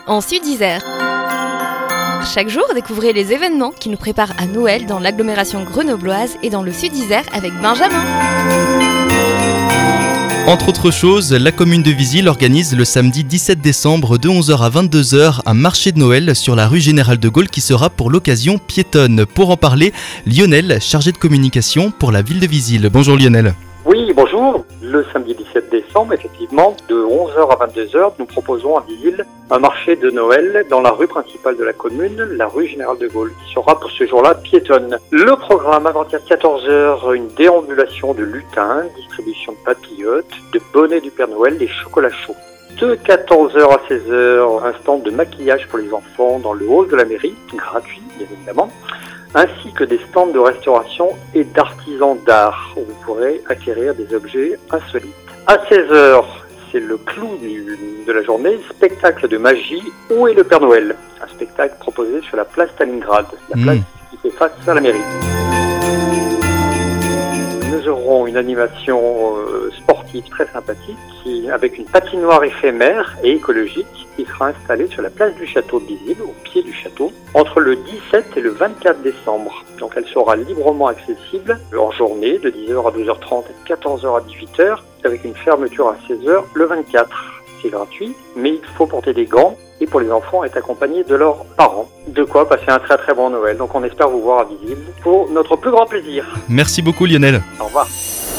en Sud-Isère. Chaque jour, découvrez les événements qui nous préparent à Noël dans l'agglomération grenobloise et dans le Sud-Isère avec Benjamin. Entre autres choses, la commune de Visil organise le samedi 17 décembre de 11h à 22h un marché de Noël sur la rue Général de Gaulle qui sera pour l'occasion piétonne. Pour en parler, Lionel, chargé de communication pour la ville de Visil. Bonjour Lionel. Oui, bonjour. Le samedi 17 décembre, effectivement, de 11h à 22h, nous proposons à Visil un marché de Noël dans la rue principale de la commune, la rue Général de Gaulle, qui sera pour ce jour-là piétonne. Le programme, à partir de 14h, une déambulation de lutins, distribution de papillotes, de bonnets du Père Noël, des chocolats chauds. De 14h à 16h, un stand de maquillage pour les enfants dans le hall de la mairie, gratuit bien évidemment, ainsi que des stands de restauration et d'artisans d'art, où vous pourrez acquérir des objets insolites. À 16h, c'est le clou de la journée, spectacle de magie, Où est le Père Noël ? Un spectacle proposé sur la place Stalingrad, la place qui fait face à la mairie. Nous aurons une animation sportive très sympathique avec une patinoire éphémère et écologique qui sera installée sur la place du château de Visil, au pied du château, entre le 17 et le 24 décembre. Donc elle sera librement accessible en journée de 10h à 12h30 et de 14h à 18h avec une fermeture à 16h le 24. C'est gratuit, mais il faut porter des gants et pour les enfants être accompagnés de leurs parents. De quoi passer un très très bon Noël. Donc on espère vous voir à Visil pour notre plus grand plaisir. Merci beaucoup Lionel. Au revoir.